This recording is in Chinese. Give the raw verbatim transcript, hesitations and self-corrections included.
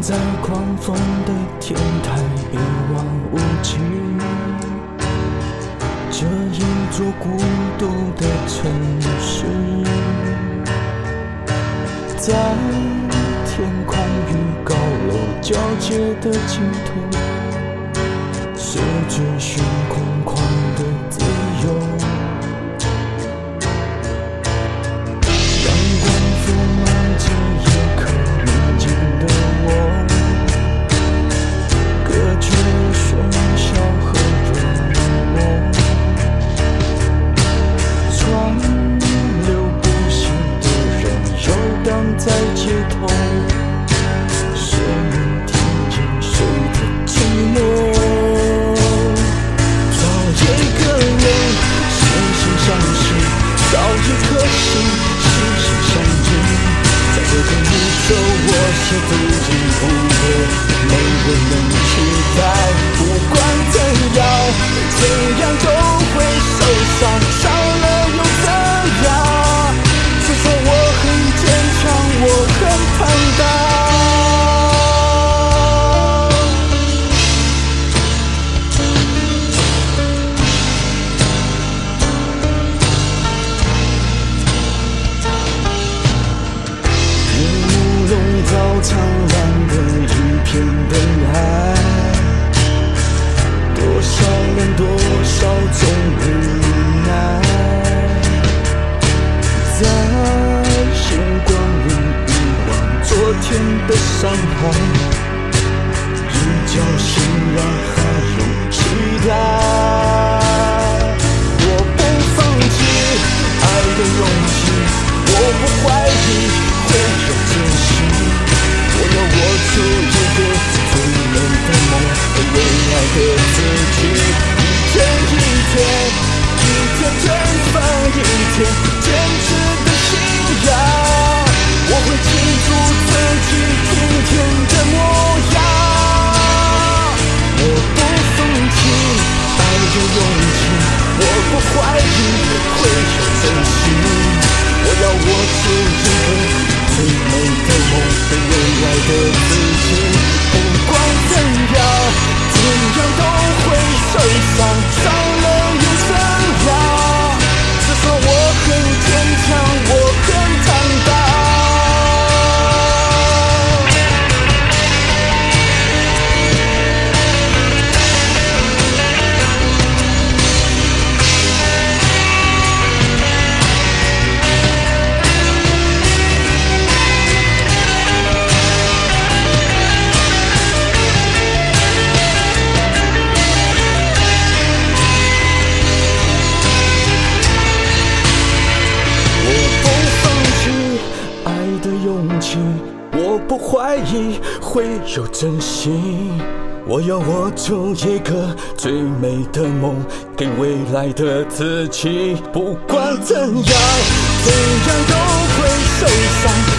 在狂风的天台一望无际，这一座孤独的城市，在天空与高楼交界的尽头，是追寻空旷的自由。阳光覆满这一刻宁静的我，隔绝喧嚣和热络，川流不息的人游荡在街头，生命停进谁的寂寞。找一个人惺惺相惜，找一颗心心心相印，在这个宇宙我是独一无二，没人能取代。不管怎样怎样都会受伤，伤了又怎样，至少我很坚强，我很坦荡。照苍蓝的一片灯海，多少人多少种无奈，在星光里遗忘昨天的伤害，一觉醒来还有期待。我不放弃爱的勇气，我不怀疑会有惊喜，我要握住一个最美的梦和未来的自己，一天一天，一天追分一天，坚持的信仰，我会记住自己今天的模样。我不放弃爱的勇气，我不怀疑会有真心，我要握住一个最美的梦和未来的自己，不管怎样怎样都会受伤，伤了又怎样，至少我很坚强，我很坦荡。我不怀疑会有真心，我要握住一个最美的梦给未来的自己，不管怎样怎样都会受伤。